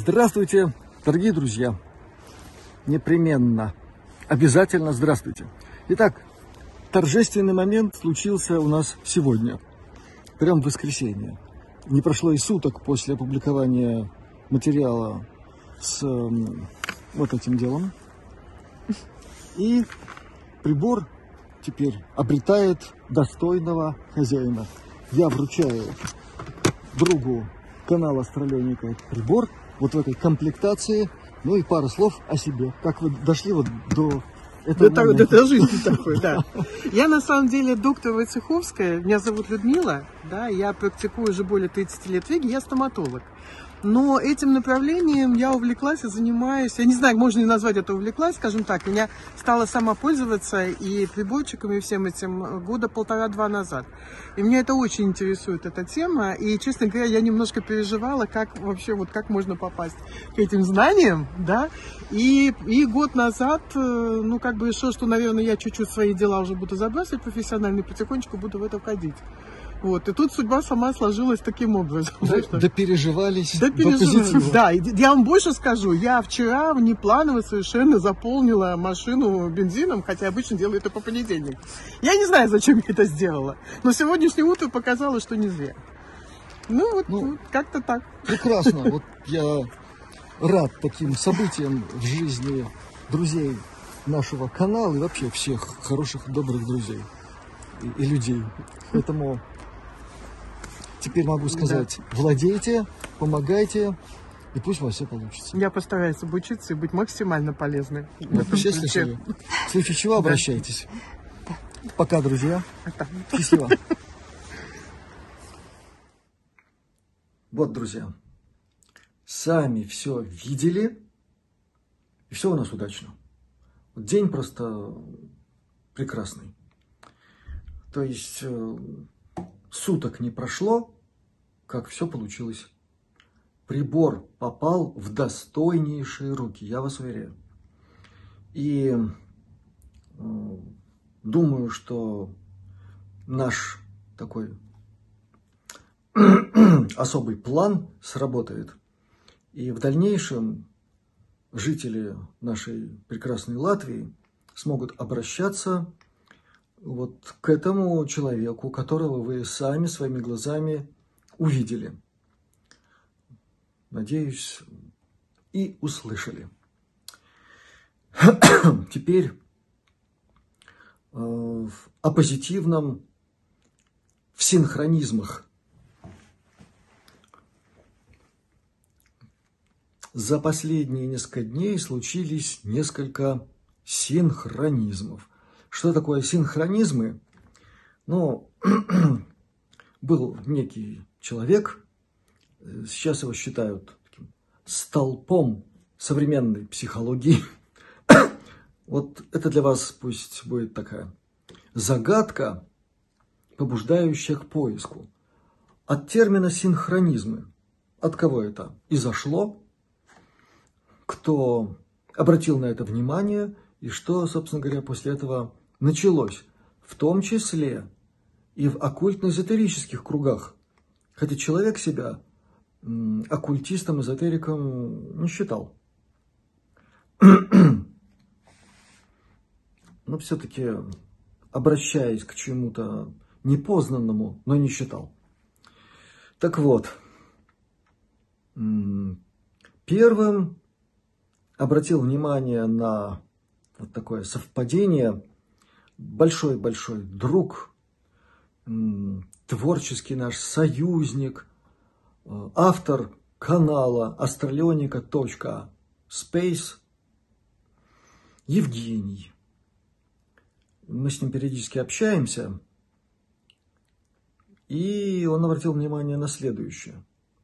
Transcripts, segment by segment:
Здравствуйте, дорогие друзья. Непременно, обязательно здравствуйте. Итак, торжественный момент случился у нас сегодня, прям в воскресенье. Не прошло и суток после опубликования материала с вот этим делом. И прибор теперь обретает достойного хозяина. Я вручаю другу канала Астралёника этот прибор, вот в этой комплектации. Ну и пару слов о себе. Как вы дошли вот до этого момента? До жизни такой, да. Я на самом деле доктор Войцеховская, меня зовут Людмила, да, я практикую уже более 30 лет в Риге, я стоматолог. Но этим направлением я увлеклась и занимаюсь, я не знаю, можно ли назвать это увлеклась, скажем так, меня стала сама пользоваться и приборчиками, и всем этим года 1,5-2 назад. И меня это очень интересует, эта тема, и, честно говоря, я немножко переживала, как вообще, вот как можно попасть к этим знаниям, да, и год назад, ну, как бы решила, что, наверное, я чуть-чуть свои дела уже буду забрасывать профессионально, и потихонечку буду в это входить. Вот, и тут судьба сама сложилась таким образом. Допереживались до позитива. Да, я вам больше скажу, я вчера внепланово совершенно заполнила машину бензином, хотя обычно делаю это по понедельникам. Я не знаю, зачем я это сделала, но сегодняшнее утро показало, что не зря. Ну, как-то так. Прекрасно, вот я рад таким событиям в жизни друзей нашего канала и вообще всех хороших, добрых друзей и людей. Поэтому теперь могу сказать, владейте, помогайте, и пусть у вас все получится. Я постараюсь обучиться и быть максимально полезной. Вообще слышали? В случае чего обращайтесь. Пока, друзья. Счастливо. Вот, друзья, сами все видели, и все у нас удачно. День просто прекрасный. То есть суток не прошло, как все получилось. Прибор попал в достойнейшие руки, я вас уверяю. И думаю, что наш такой особый план сработает. И в дальнейшем жители нашей прекрасной Латвии смогут обращаться вот к этому человеку, которого вы сами своими глазами увидели. Надеюсь, и услышали. Теперь о позитивном в синхронизмах. За последние несколько дней случились несколько синхронизмов. Что такое синхронизмы? Ну, был некий человек, сейчас его считают таким столпом современной психологии. Вот это для вас пусть будет такая загадка, побуждающая к поиску. От термина синхронизмы. От кого это изошло? Кто обратил на это внимание? И что, собственно говоря, после этого началось, в том числе и в оккультно-эзотерических кругах. Хотя человек себя оккультистом, эзотериком не считал. Но все-таки, обращаясь к чему-то непознанному, но не считал. Так вот, первым обратил внимание на вот такое совпадение. Большой-большой друг, творческий наш союзник, автор канала Астралёника.space Евгений. Мы с ним периодически общаемся, и он обратил внимание на следующее,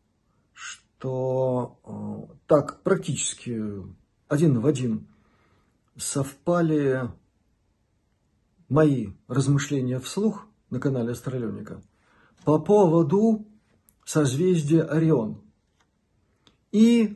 что так практически один в один совпали мои размышления вслух на канале Астралёника по поводу созвездия Орион и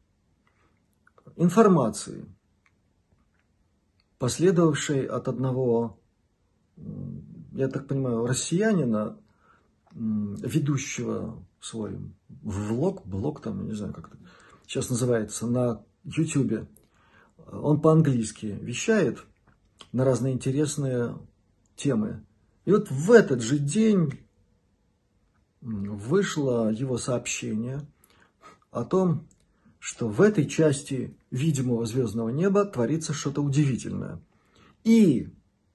информации, последовавшей от одного, я так понимаю, россиянина, ведущего свой блог там, не знаю как это, сейчас называется, на YouTube. Он по-английски вещает на разные интересные темы. И вот в этот же день вышло его сообщение о том, что в этой части видимого звездного неба творится что-то удивительное. И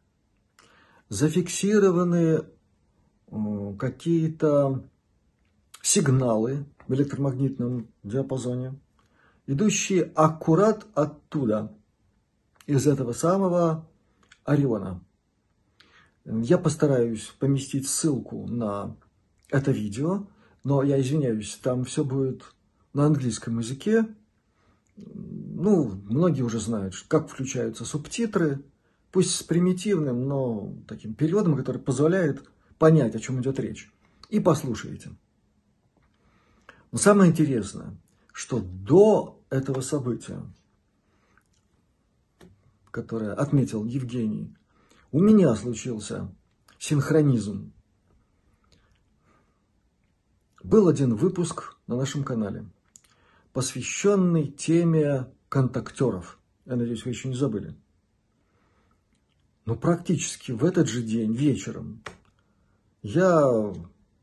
зафиксированы какие-то сигналы в электромагнитном диапазоне, идущие аккурат оттуда, из этого самого Ориона. Я постараюсь поместить ссылку на это видео, но я извиняюсь, там все будет на английском языке. Ну, многие уже знают, как включаются субтитры, пусть с примитивным, но таким переводом, который позволяет понять, о чем идет речь. И послушайте. Но самое интересное, что до этого события, которое отметил Евгений, у меня случился синхронизм. Был один выпуск на нашем канале, посвященный теме контактеров. Я надеюсь, вы еще не забыли. Но практически в этот же день, вечером, я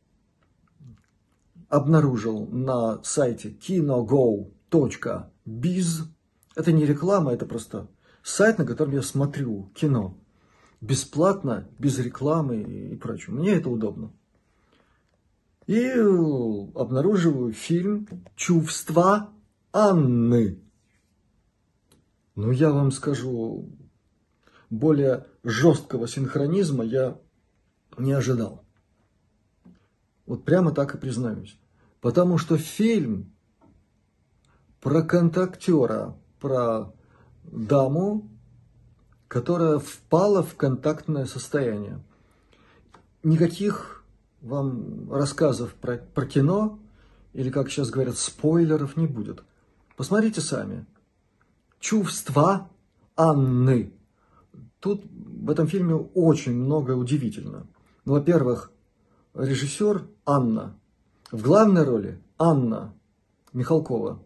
обнаружил на сайте kinogo.biz. Это не реклама, это просто сайт, на котором я смотрю кино. Бесплатно, без рекламы и прочего. Мне это удобно. И обнаруживаю фильм «Чувства Анны». Ну, я вам скажу, более жесткого синхронизма я не ожидал. Вот прямо так и признаюсь. Потому что фильм про контактера, про даму, которая впала в контактное состояние. Никаких вам рассказов про кино, или, как сейчас говорят, спойлеров не будет. Посмотрите сами. «Чувства Анны». Тут в этом фильме очень много удивительно. Ну, во-первых, режиссер Анна. В главной роли Анна Михалкова.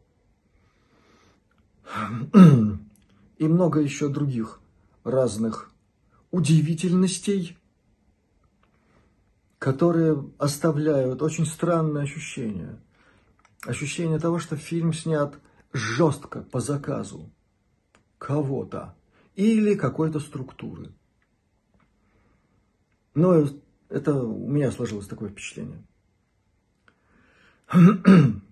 И много еще других разных удивительностей, которые оставляют очень странное ощущение. Ощущение того, что фильм снят жестко по заказу кого-то или какой-то структуры. Но это у меня сложилось такое впечатление. На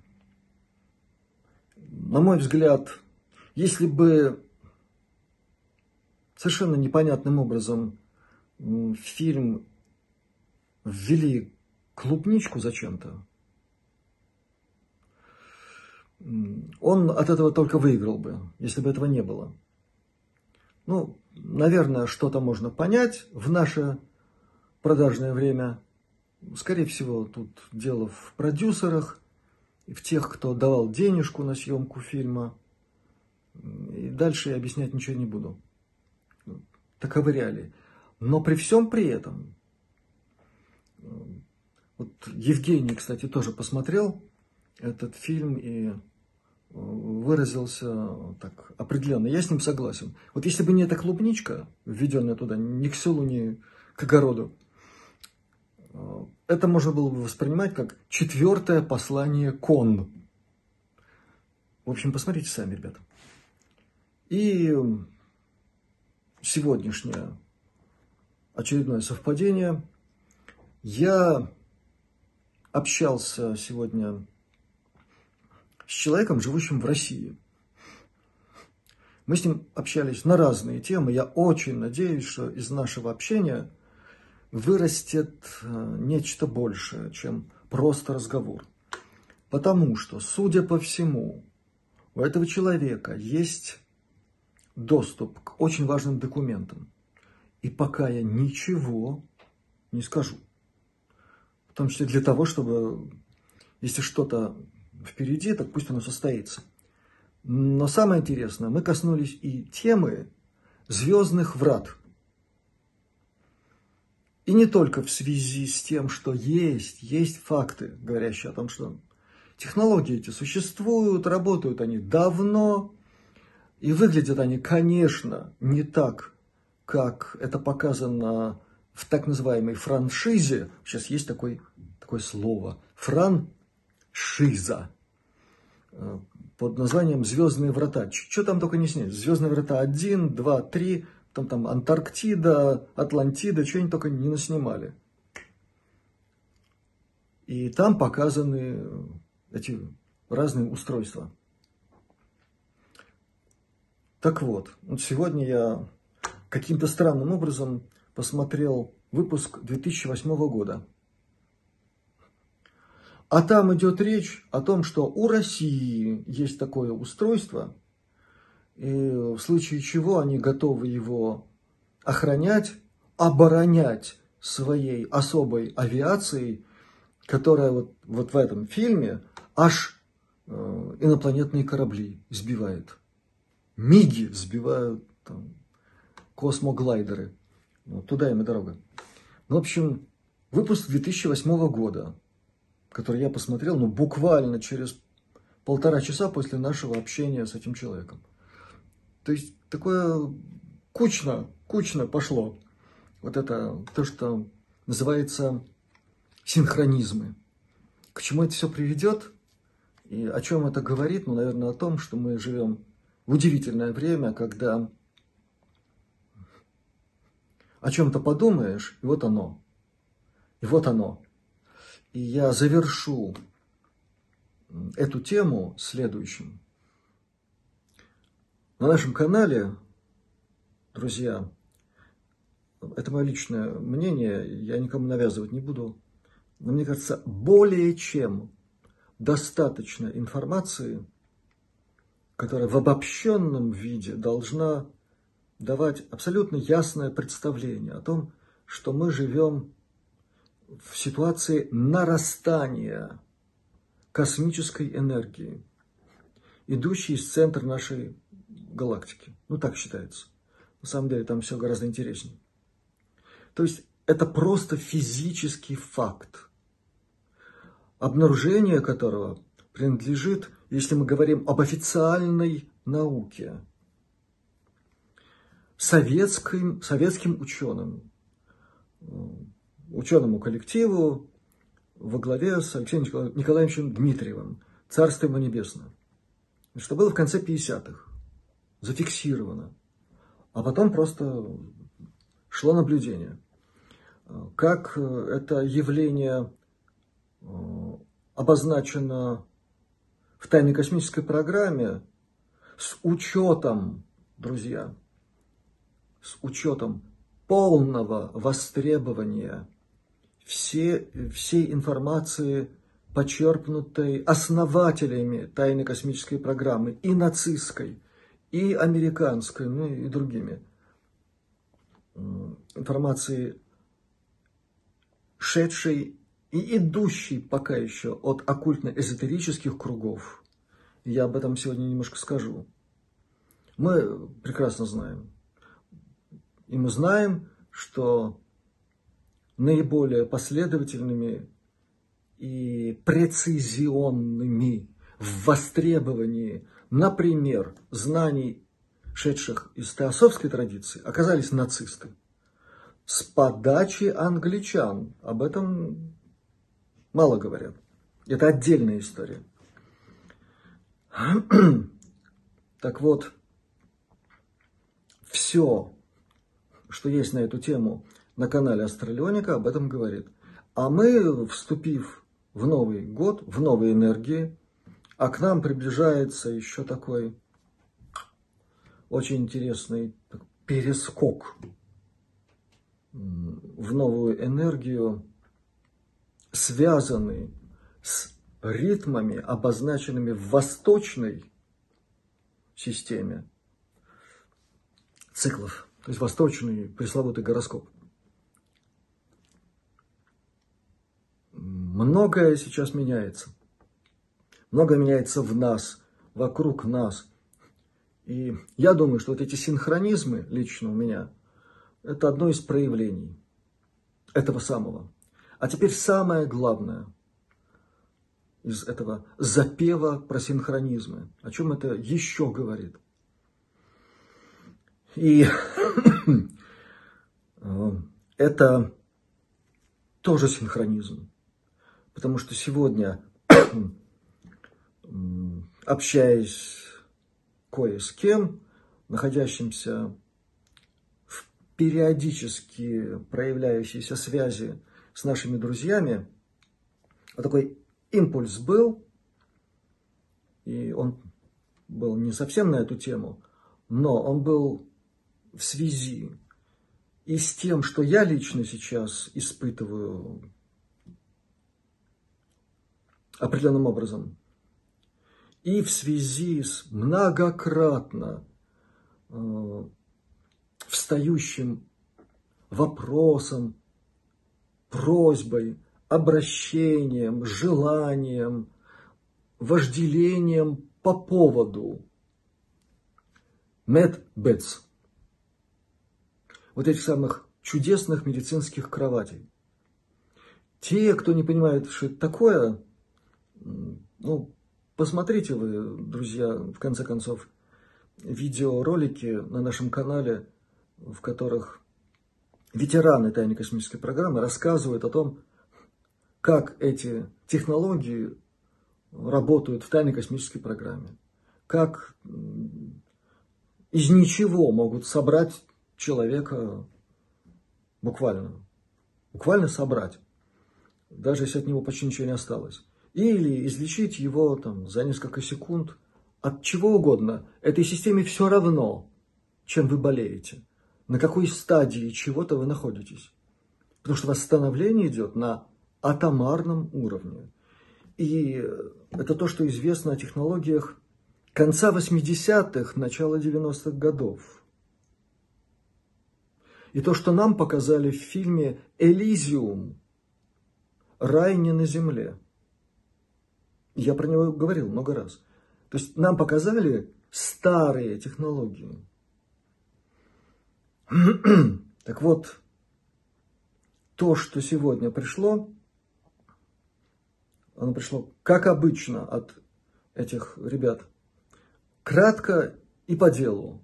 мой взгляд, если бы совершенно непонятным образом в фильм ввели клубничку зачем-то, он от этого только выиграл бы, если бы этого не было. Ну, наверное, что-то можно понять в наше продажное время. Скорее всего, тут дело в продюсерах, в тех, кто давал денежку на съемку фильма. И дальше я объяснять ничего не буду. Таковы реалии. Но при всем при этом, вот Евгений, кстати, тоже посмотрел этот фильм и выразился так определенно. Я с ним согласен. Вот если бы не эта клубничка, введенная туда ни к селу, ни к огороду, это можно было бы воспринимать как 4-е послание Кон. В общем, посмотрите сами, ребята. И сегодняшнее очередное совпадение. Я общался сегодня с человеком, живущим в России. Мы с ним общались на разные темы. Я очень надеюсь, что из нашего общения вырастет нечто большее, чем просто разговор. Потому что, судя по всему, у этого человека есть доступ к очень важным документам. И пока я ничего не скажу. В том числе для того, чтобы, если что-то впереди, так пусть оно состоится. Но самое интересное, мы коснулись и темы звездных врат. И не только в связи с тем, что есть факты, говорящие о том, что Технологии эти существуют, работают они давно, и выглядят они, конечно, не так, как это показано в так называемой франшизе. Сейчас есть такое слово. Франшиза. Под названием «Звездные врата». Что там только не снять. «Звездные врата» 1, 2, 3, там Антарктида, Атлантида, что они только не наснимали. И там показаны эти разные устройства. Так вот, сегодня я каким-то странным образом посмотрел выпуск 2008 года. А там идет речь о том, что у России есть такое устройство, и в случае чего они готовы его охранять, оборонять своей особой авиацией, которая вот в этом фильме аж инопланетные корабли сбивает. Миги сбивают, там, космоглайдеры. Туда им и дорога. В общем, выпуск 2008 года, который я посмотрел, буквально через 1,5 часа после нашего общения с этим человеком. То есть, такое кучно пошло. Вот это то, что называется синхронизмы. К чему это все приведет? И о чем это говорит? Наверное, о том, что мы живем в удивительное время, когда о чем-то подумаешь, и вот оно. И вот оно. И я завершу эту тему следующим. На нашем канале, друзья, это мое личное мнение, я никому навязывать не буду, но мне кажется, более чем достаточно информации, которая в обобщенном виде должна давать абсолютно ясное представление о том, что мы живем в ситуации нарастания космической энергии, идущей из центра нашей галактики. Так считается. На самом деле там все гораздо интереснее. То есть это просто физический факт, обнаружение которого принадлежит, если мы говорим об официальной науке, советским ученому коллективу во главе с Алексеем Николаевичем Дмитриевым, царство ему небесное. Что было в конце 50-х, зафиксировано. А потом просто шло наблюдение. Как это явление обозначено в тайной космической программе с учетом, друзья, с учетом полного востребования всей информации, почерпнутой основателями тайной космической программы, и нацистской, и американской, и другими. Информации, шедшей и идущей пока еще от оккультно-эзотерических кругов. Я об этом сегодня немножко скажу. Мы прекрасно знаем. И мы знаем, что наиболее последовательными и прецизионными в востребовании, например, знаний, шедших из теософской традиции, оказались нацисты. С подачи англичан. Об этом мало говорят. Это отдельная история. Так вот, все, что есть на эту тему на канале Астралионика, об этом говорит. А мы, вступив в Новый год, в новые энергии, а к нам приближается еще такой очень интересный перескок в новую энергию, связанный с ритмами, обозначенными в восточной системе циклов, то есть восточный пресловутый гороскоп. Многое сейчас меняется. Многое меняется в нас, вокруг нас. И я думаю, что вот эти синхронизмы лично у меня, это одно из проявлений этого самого. А теперь самое главное. из этого запева про синхронизмы. О чем это еще говорит? И это тоже синхронизм. Потому что сегодня, общаясь кое с кем, находящимся в периодически проявляющейся связи с нашими друзьями, вот такой импульс был, и он был не совсем на эту тему, но он был в связи и с тем, что я лично сейчас испытываю определенным образом, и в связи с многократно встающим вопросом, просьбой, обращением, желанием, вожделением по поводу медбедс, вот этих самых чудесных медицинских кроватей. Те, кто не понимает, что это такое, ну, посмотрите вы, друзья, в конце концов, видеоролики на нашем канале, в которых ветераны тайной космической программы рассказывают о том, как эти технологии работают в тайной космической программе, как из ничего могут собрать человека буквально собрать, даже если от него почти ничего не осталось. Или излечить его там, за несколько секунд от чего угодно. Этой системе все равно, чем вы болеете, на какой стадии чего-то вы находитесь. Потому что восстановление идет на атомарном уровне. И это то, что известно о технологиях конца 80-х, начала 90-х годов. И то, что нам показали в фильме «Элизиум», «Рай не на земле». Я про него говорил много раз. То есть нам показали старые технологии. Так вот, то, что сегодня пришло, оно пришло, как обычно, от этих ребят. Кратко и по делу.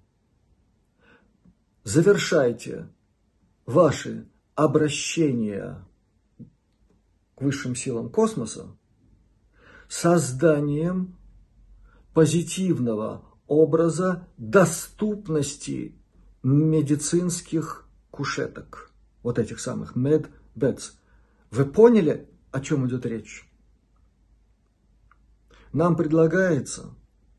Завершайте ваши обращения к высшим силам космоса созданием позитивного образа доступности медицинских кушеток. Вот этих самых медбедс. Вы поняли, о чем идет речь? Нам предлагается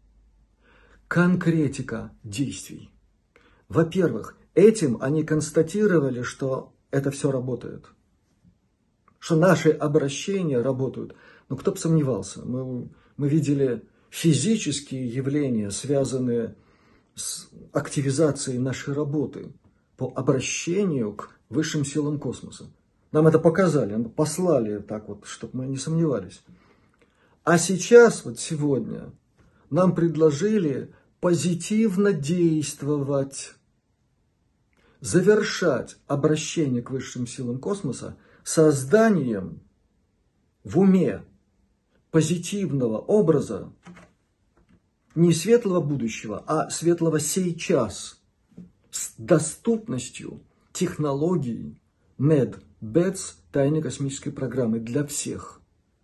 конкретика действий. Во-первых, этим они констатировали, что это все работает. Что наши обращения работают. Но кто бы сомневался. Мы видели физические явления, связанные с активизацией нашей работы по обращению к высшим силам космоса. Нам это показали, послали так вот, чтобы мы не сомневались. А сейчас, вот сегодня, нам предложили позитивно действовать, завершать обращение к высшим силам космоса созданием в уме позитивного образа не светлого будущего, а светлого сейчас с доступностью технологий медбедс тайной космической программы для всех.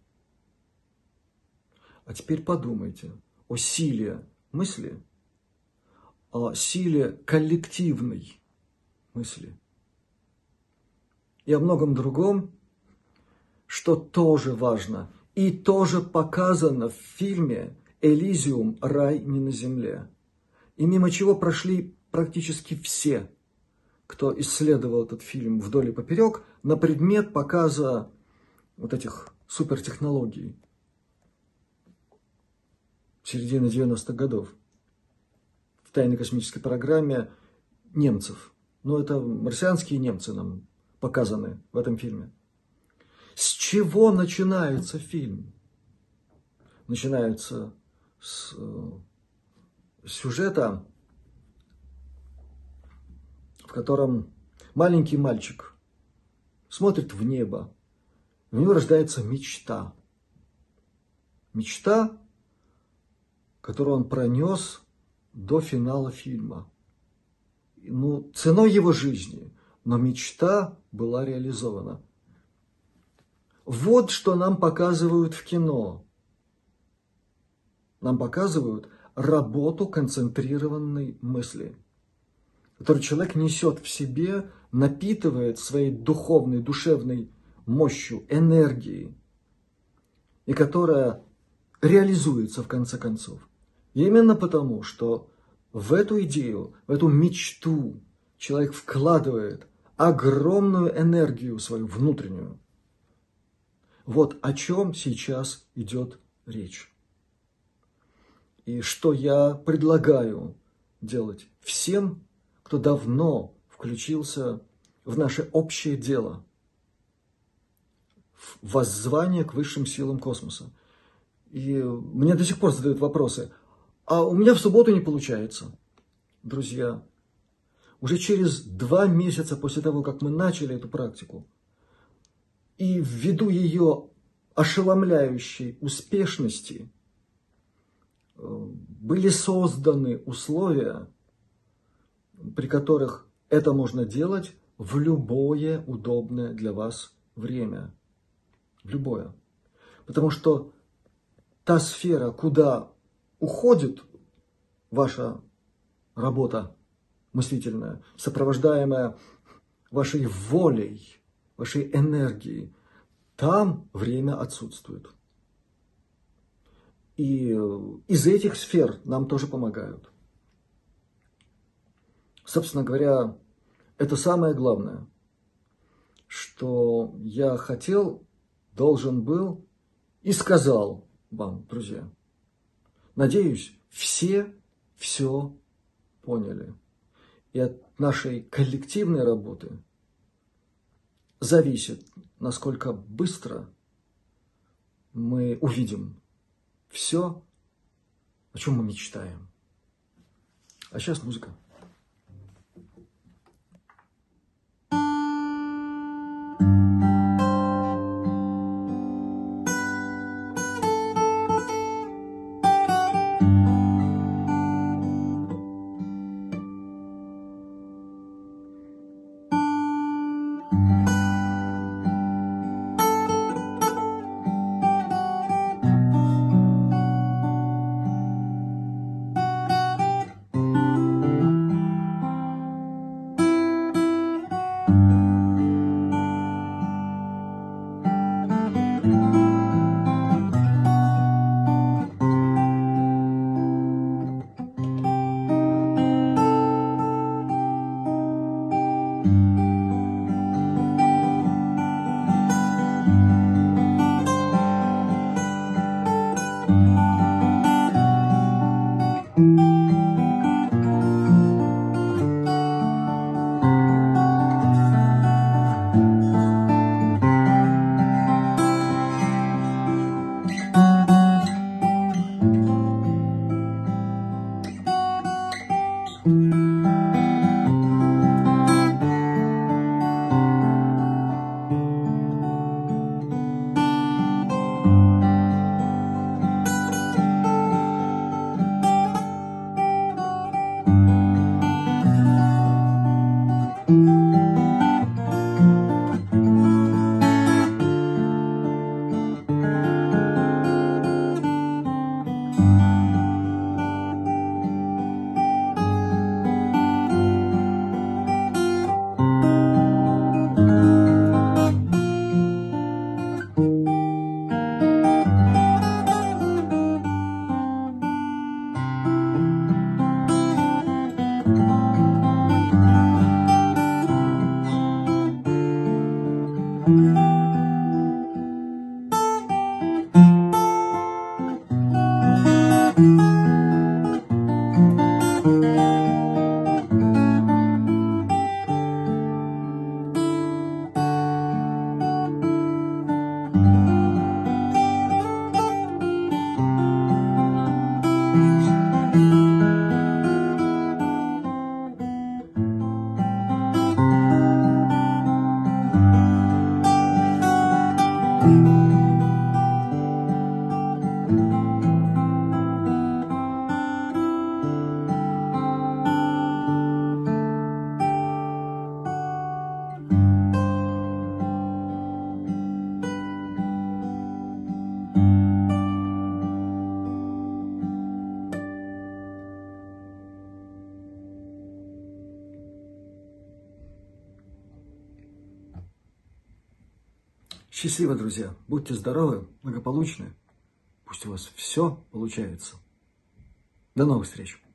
А теперь подумайте о силе мысли, о силе коллективной мысли и о многом другом, что тоже важно и тоже показано в фильме «Элизиум. Рай не на земле», и мимо чего прошли практически все, кто исследовал этот фильм вдоль и поперек на предмет показа вот этих супертехнологий середины 90-х годов в тайной космической программе немцев. Но это марсианские немцы нам показаны в этом фильме. С чего начинается фильм? Начинается с сюжета, в котором маленький мальчик смотрит в небо, у него рождается мечта. Мечта, которую он пронес до финала фильма. Ну, ценой его жизни, но мечта была реализована. Вот что нам показывают в кино. Нам показывают работу концентрированной мысли, которую человек несет в себе, напитывает своей духовной, душевной мощью, энергией, и которая реализуется в конце концов. И именно потому, что в эту идею, в эту мечту человек вкладывает огромную энергию свою внутреннюю. Вот о чем сейчас идет речь. И что я предлагаю делать всем, кто давно включился в наше общее дело, в воззвание к высшим силам космоса. И мне до сих пор задают вопросы: а у меня в субботу не получается. Друзья, уже через 2 месяца после того, как мы начали эту практику, и ввиду ее ошеломляющей успешности, были созданы условия, при которых это можно делать в любое удобное для вас время. В любое. Потому что та сфера, куда уходит ваша работа мыслительная, сопровождаемая вашей волей, вашей энергией, там время отсутствует. И из этих сфер нам тоже помогают. Собственно говоря, это самое главное, что я хотел, должен был и сказал вам, друзья. Надеюсь, все поняли. И от нашей коллективной работы зависит, насколько быстро мы увидим все, о чем мы мечтаем. А сейчас музыка. Счастливо, друзья. Будьте здоровы, благополучны. Пусть у вас все получается. До новых встреч.